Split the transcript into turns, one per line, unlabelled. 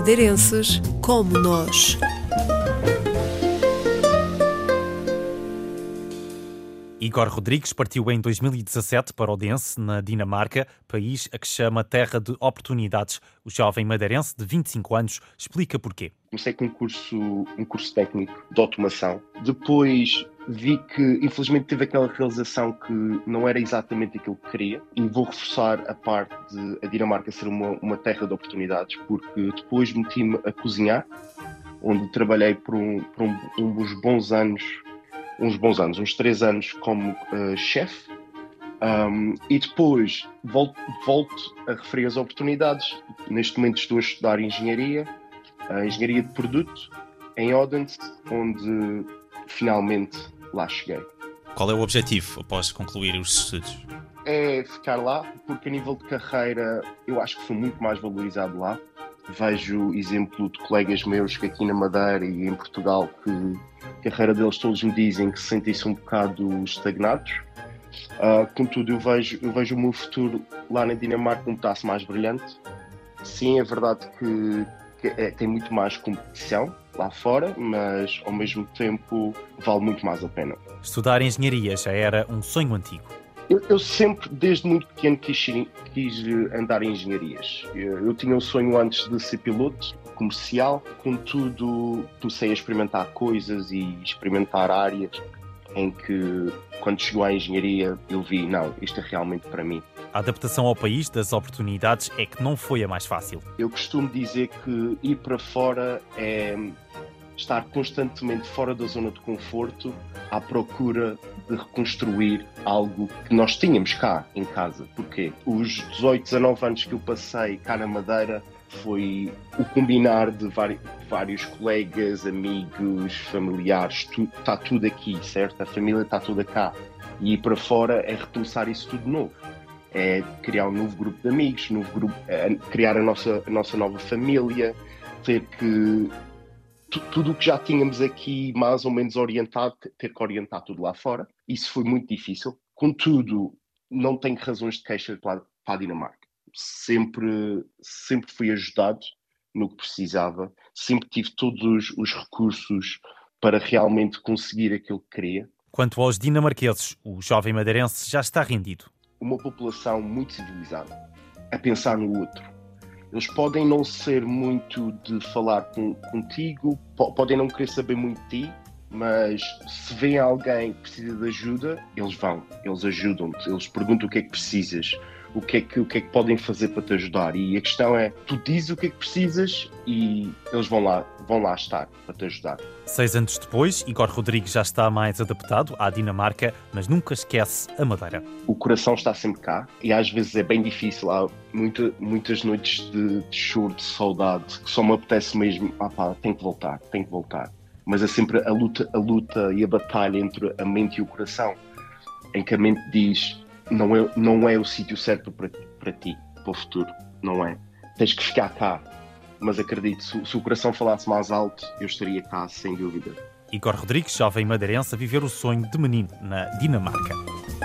madeirenses como nós.
Igor Rodrigues partiu em 2017 para Odense, na Dinamarca, país a que chama terra de oportunidades. O jovem madeirense de 25 anos explica porquê.
Comecei com um curso técnico de automação. Depois vi que, infelizmente, tive aquela realização que não era exatamente aquilo que queria. E vou reforçar a parte de a Dinamarca ser uma terra de oportunidades, porque depois meti-me a cozinhar, onde trabalhei por uns bons anos, uns 3 anos como chefe. E depois volto a referir as oportunidades. Neste momento estou a estudar engenharia de produto em Odense, onde finalmente lá cheguei.
Qual é o objetivo após concluir os estudos?
É ficar lá, porque a nível de carreira eu acho que sou muito mais valorizado lá. Vejo exemplo de colegas meus que aqui na Madeira e em Portugal que a carreira deles todos me dizem que se sentem-se um bocado estagnados. Contudo, eu vejo o meu futuro lá na Dinamarca um pedaço mais brilhante. Sim, é verdade que tem muito mais competição lá fora, mas ao mesmo tempo vale muito mais a pena.
Estudar engenharia já era um sonho antigo.
Eu sempre, desde muito pequeno, quis andar em engenharias. Eu tinha um sonho antes de ser piloto comercial, contudo comecei a experimentar coisas e experimentar áreas em que, quando chegou à engenharia, eu vi, não, isto é realmente para mim.
A adaptação ao país das oportunidades é que não foi a mais fácil.
Eu costumo dizer que ir para fora é estar constantemente fora da zona de conforto à procura de reconstruir algo que nós tínhamos cá em casa. Porquê? Os 18, 19 anos que eu passei cá na Madeira foi o combinar de vários colegas, amigos, familiares, está tudo aqui, certo? A família está toda cá. E ir para fora é recomeçar isso tudo de novo. É criar um novo grupo de amigos, criar a nossa nova família, ter que tudo o que já tínhamos aqui mais ou menos orientado, ter que orientar tudo lá fora. Isso foi muito difícil. Contudo, não tenho razões de queixa para a Dinamarca. Sempre fui ajudado no que precisava. Sempre tive todos os recursos para realmente conseguir aquilo que queria.
Quanto aos dinamarqueses, o jovem madeirense já está rendido.
Uma população muito civilizada, a pensar no outro. Eles podem não ser muito de falar contigo, podem não querer saber muito de ti, mas se vêem alguém que precisa de ajuda, eles ajudam-te, eles perguntam o que é que precisas, o que é que podem fazer para te ajudar. E a questão é, tu dizes o que é que precisas e eles vão lá estar para te ajudar.
6 anos depois, Igor Rodrigues já está mais adaptado à Dinamarca, mas nunca esquece a Madeira.
O coração está sempre cá e às vezes é bem difícil. Há muitas noites de choro, de saudade, que só me apetece mesmo, tenho que voltar. Mas é sempre a luta e a batalha entre a mente e o coração, em que a mente diz, não é o sítio certo para ti, para o futuro, não é. Tens que ficar cá. Mas acredito, se o coração falasse mais alto, eu estaria cá, sem dúvida.
Igor Rodrigues, jovem madeirense, a viver o sonho de menino na Dinamarca.